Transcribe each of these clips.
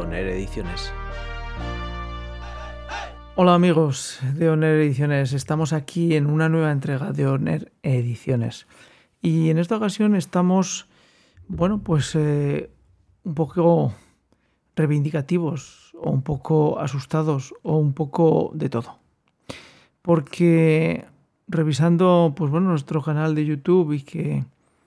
Oner Ediciones. Hola amigos de Oner Ediciones, estamos aquí en una nueva entrega de Oner Ediciones y en esta ocasión estamos, un poco reivindicativos o un poco asustados o un poco de todo, porque revisando nuestro canal de YouTube y que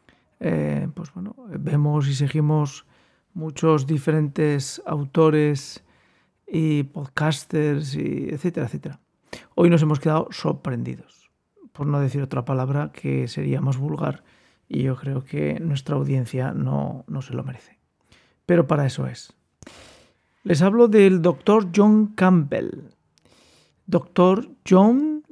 vemos y seguimos muchos diferentes autores y podcasters y etcétera. Hoy nos hemos quedado sorprendidos, por no decir otra palabra que sería más vulgar, y yo creo que nuestra audiencia no se lo merece. Pero para eso es. Les hablo del Dr. John Campbell. Dr. John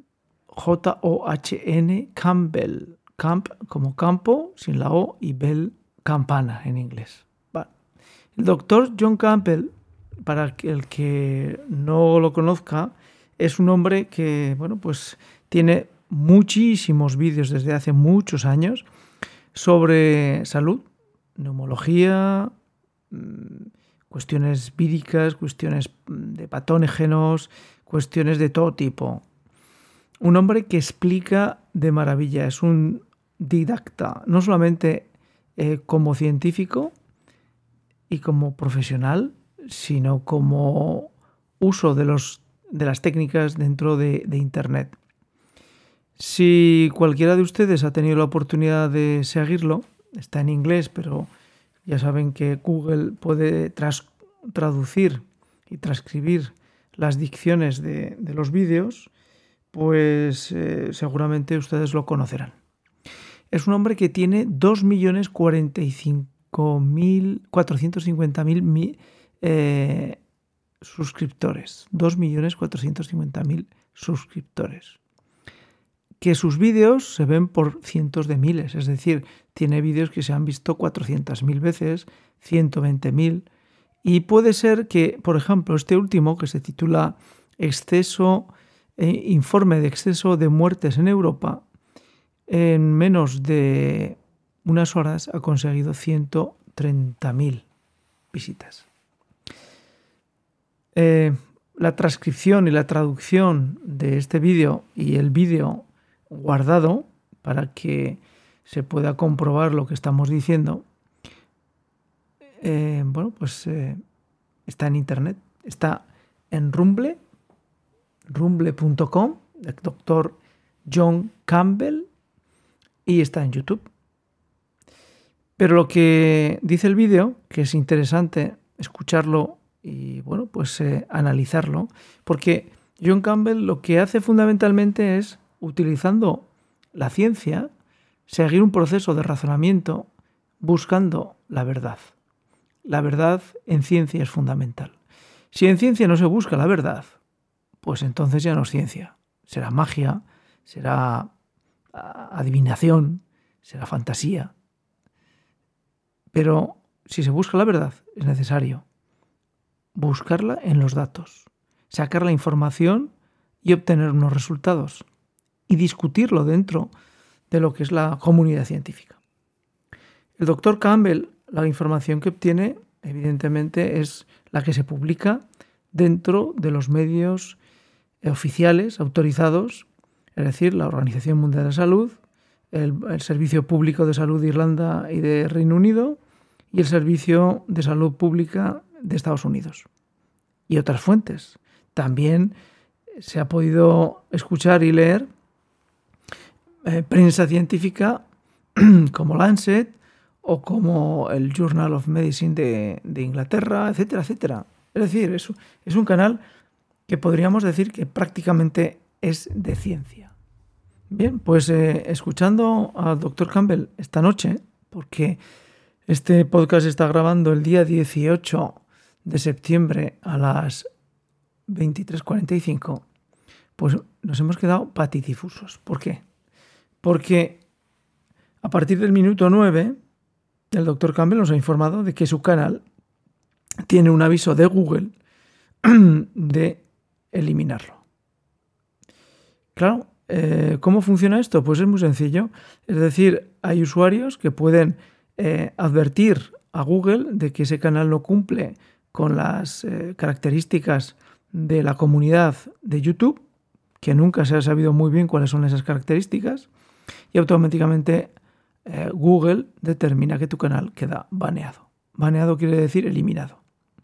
John Campbell. Camp como campo, sin la O, y Bell, campana en inglés. Vale. El Dr. John Campbell, para el que no lo conozca, es un hombre que tiene muchísimos vídeos desde hace muchos años sobre salud, neumología, cuestiones víricas, cuestiones de patógenos, cuestiones de todo tipo. Un hombre que explica de maravilla, es un didacta, no solamente como científico y como profesional, sino como uso de las técnicas dentro de Internet. Si cualquiera de ustedes ha tenido la oportunidad de seguirlo, está en inglés, pero ya saben que Google puede traducir y transcribir las dicciones de los vídeos, pues seguramente ustedes lo conocerán. Es un hombre que tiene 2.450.000 suscriptores. 2.450.000 suscriptores. Que sus vídeos se ven por cientos de miles. Es decir, tiene vídeos que se han visto 400.000 veces, 120.000. Y puede ser que, por ejemplo, este último, que se titula Informe de exceso de muertes en Europa, en menos de unas horas ha conseguido 130.000 visitas. La transcripción y la traducción de este vídeo y el vídeo guardado para que se pueda comprobar lo que estamos diciendo, está en Internet, está en rumble.com, el Dr. John Campbell, y está en YouTube. Pero lo que dice el vídeo, que es interesante escucharlo y analizarlo, porque John Campbell lo que hace fundamentalmente es, utilizando la ciencia, seguir un proceso de razonamiento buscando la verdad. La verdad en ciencia es fundamental. Si en ciencia no se busca la verdad, pues entonces ya no es ciencia. Será magia, será adivinación, será fantasía. Pero si se busca la verdad, es necesario buscarla en los datos, sacar la información y obtener unos resultados y discutirlo dentro de lo que es la comunidad científica. El Dr. Campbell, la información que obtiene, evidentemente, es la que se publica dentro de los medios oficiales, autorizados, es decir, la Organización Mundial de la Salud, el Servicio Público de Salud de Irlanda y de Reino Unido y el Servicio de Salud Pública de Estados Unidos. Y otras fuentes. También se ha podido escuchar y leer prensa científica como Lancet o como el Journal of Medicine de Inglaterra, etcétera. Es decir, es un canal que podríamos decir que prácticamente es de ciencia. Bien, pues escuchando al Dr. Campbell esta noche, porque este podcast se está grabando el día 18 de septiembre a las 23:45, pues nos hemos quedado patidifusos. ¿Por qué? Porque a partir del minuto 9, el Dr. Campbell nos ha informado de que su canal tiene un aviso de Google de eliminarlo. Claro, ¿cómo funciona esto? Pues es muy sencillo. Es decir, hay usuarios que pueden advertir a Google de que ese canal no cumple con las características de la comunidad de YouTube, que nunca se ha sabido muy bien cuáles son esas características, y automáticamente Google determina que tu canal queda baneado. Baneado quiere decir eliminado.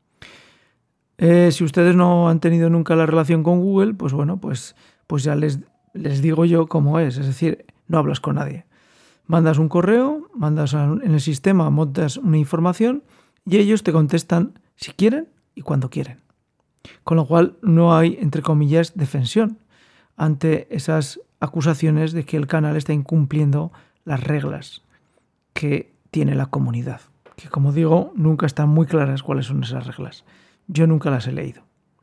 Si ustedes no han tenido nunca la relación con Google, pues bueno, pues ya les digo yo cómo es. Es decir, no hablas con nadie. Mandas un correo, en el sistema, montas una información y ellos te contestan si quieren y cuando quieren. Con lo cual no hay, entre comillas, defensión ante esas acusaciones de que el canal está incumpliendo las reglas que tiene la comunidad. Que, como digo, nunca están muy claras cuáles son esas reglas. Yo nunca las he leído.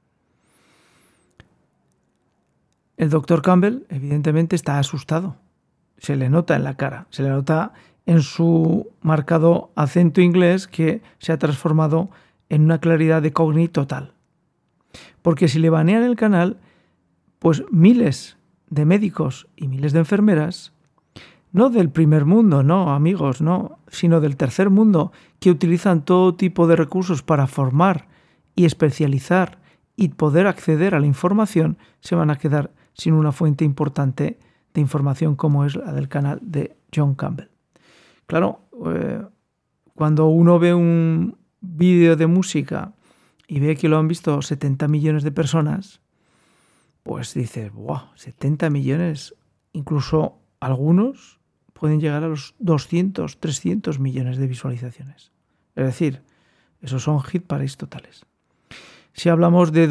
El doctor Campbell, evidentemente, está asustado. Se le nota en la cara, se le nota en su marcado acento inglés que se ha transformado en una claridad de cogni total. Porque si le banean el canal, pues miles de médicos y miles de enfermeras, no del primer mundo, no, amigos, no, sino del tercer mundo, que utilizan todo tipo de recursos para formar y especializar y poder acceder a la información, se van a quedar sin una fuente importante de información como es la del canal de John Campbell. Claro, cuando uno ve un vídeo de música y ve que lo han visto 70 millones de personas, pues dices, ¡buah! 70 millones, incluso algunos pueden llegar a los 200, 300 millones de visualizaciones. Es decir, esos son hit parades totales. Si hablamos de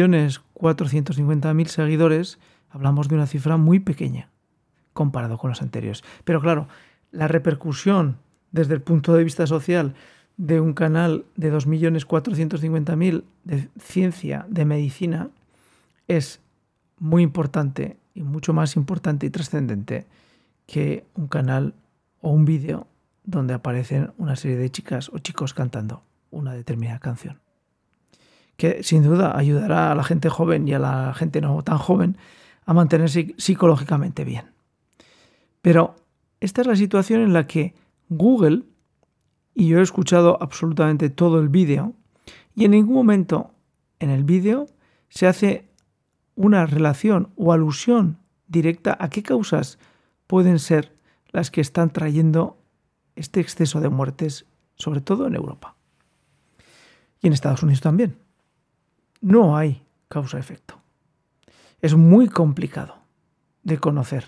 2.450.000 seguidores, hablamos de una cifra muy pequeña comparado con los anteriores. Pero claro, la repercusión desde el punto de vista social de un canal de 2.450.000 de ciencia, de medicina, es muy importante y mucho más importante y trascendente que un canal o un vídeo donde aparecen una serie de chicas o chicos cantando una determinada canción. Que sin duda ayudará a la gente joven y a la gente no tan joven a mantenerse psicológicamente bien. Pero esta es la situación en la que Google, y yo he escuchado absolutamente todo el vídeo, y en ningún momento en el vídeo se hace una relación o alusión directa a qué causas pueden ser las que están trayendo este exceso de muertes, sobre todo en Europa. Y en Estados Unidos también. No hay causa-efecto. Es muy complicado de conocer.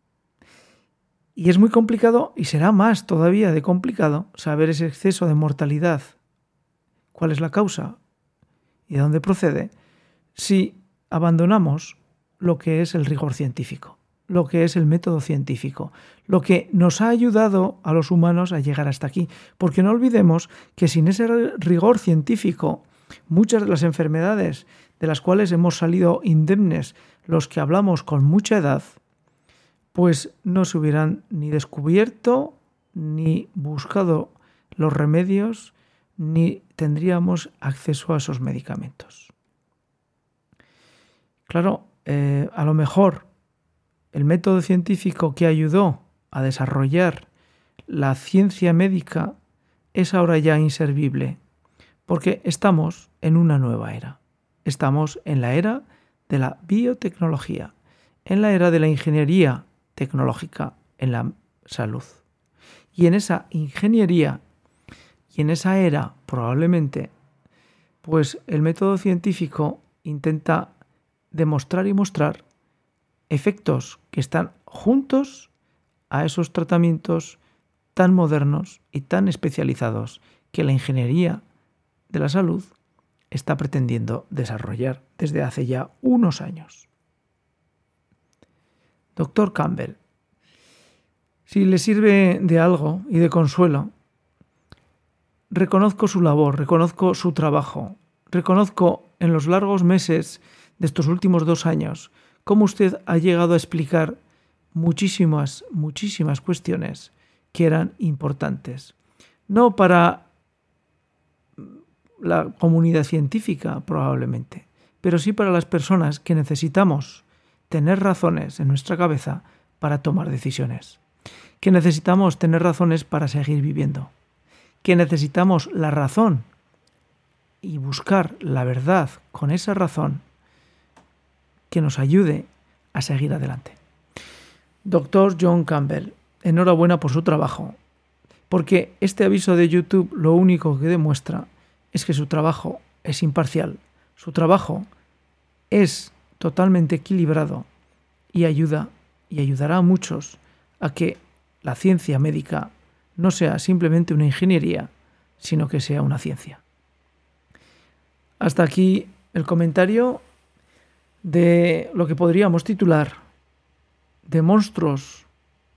Y es muy complicado, y será más todavía de complicado, saber ese exceso de mortalidad, cuál es la causa y de dónde procede, si abandonamos lo que es el rigor científico, lo que es el método científico, lo que nos ha ayudado a los humanos a llegar hasta aquí. Porque no olvidemos que sin ese rigor científico, muchas de las enfermedades de las cuales hemos salido indemnes los que hablamos con mucha edad, pues no se hubieran ni descubierto, ni buscado los remedios, ni tendríamos acceso a esos medicamentos. Claro, a lo mejor el método científico que ayudó a desarrollar la ciencia médica es ahora ya inservible, porque estamos en una nueva era. Estamos en la era de la biotecnología, en la era de la ingeniería tecnológica en la salud. Y en esa ingeniería y en esa era, probablemente, pues el método científico intenta demostrar y mostrar efectos que están juntos a esos tratamientos tan modernos y tan especializados que la ingeniería de la salud está pretendiendo desarrollar desde hace ya unos años. Doctor Campbell, si le sirve de algo y de consuelo, reconozco su labor, reconozco su trabajo, reconozco en los largos meses de estos últimos 2 años cómo usted ha llegado a explicar muchísimas cuestiones que eran importantes. No para la comunidad científica, probablemente, pero sí para las personas que necesitamos tener razones en nuestra cabeza para tomar decisiones, que necesitamos tener razones para seguir viviendo, que necesitamos la razón y buscar la verdad con esa razón que nos ayude a seguir adelante. Dr. John Campbell, enhorabuena por su trabajo, porque este aviso de YouTube lo único que demuestra es que su trabajo es imparcial, su trabajo es totalmente equilibrado y ayudará a muchos a que la ciencia médica no sea simplemente una ingeniería, sino que sea una ciencia. Hasta aquí el comentario de lo que podríamos titular de monstruos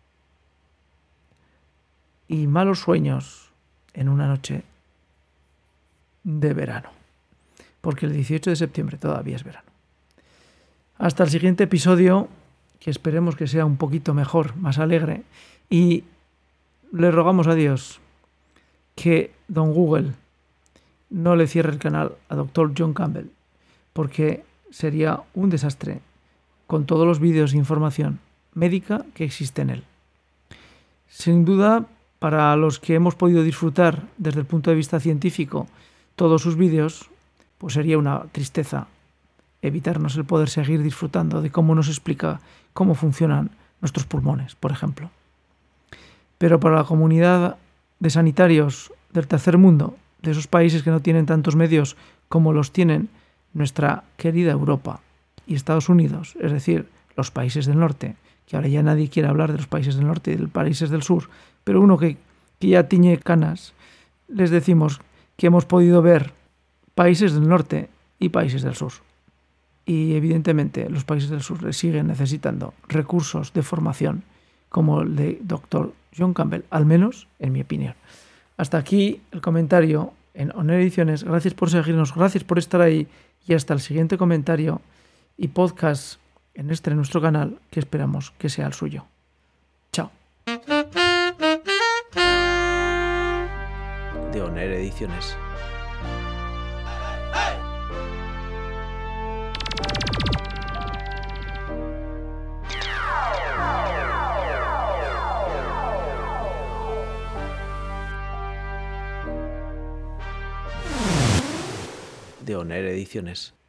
y malos sueños en una noche de verano, porque el 18 de septiembre todavía es verano. Hasta el siguiente episodio, que esperemos que sea un poquito mejor, más alegre, y le rogamos a Dios que Don Google no le cierre el canal a Dr. John Campbell, porque sería un desastre con todos los vídeos e información médica que existe en él. Sin duda, para los que hemos podido disfrutar desde el punto de vista científico todos sus vídeos, pues sería una tristeza evitarnos el poder seguir disfrutando de cómo nos explica cómo funcionan nuestros pulmones, por ejemplo. Pero para la comunidad de sanitarios del tercer mundo, de esos países que no tienen tantos medios como los tienen nuestra querida Europa y Estados Unidos, es decir, los países del norte, que ahora ya nadie quiere hablar de los países del norte y de los países del sur, pero uno que ya tiñe canas, les decimos que hemos podido ver países del norte y países del sur. Y evidentemente los países del sur siguen necesitando recursos de formación como el de Dr. John Campbell, al menos en mi opinión. Hasta aquí el comentario en On-Air Ediciones. Gracias por seguirnos, gracias por estar ahí y hasta el siguiente comentario y podcast en nuestro canal, que esperamos que sea el suyo. Chao. De On-Air Ediciones. De On-Air Ediciones.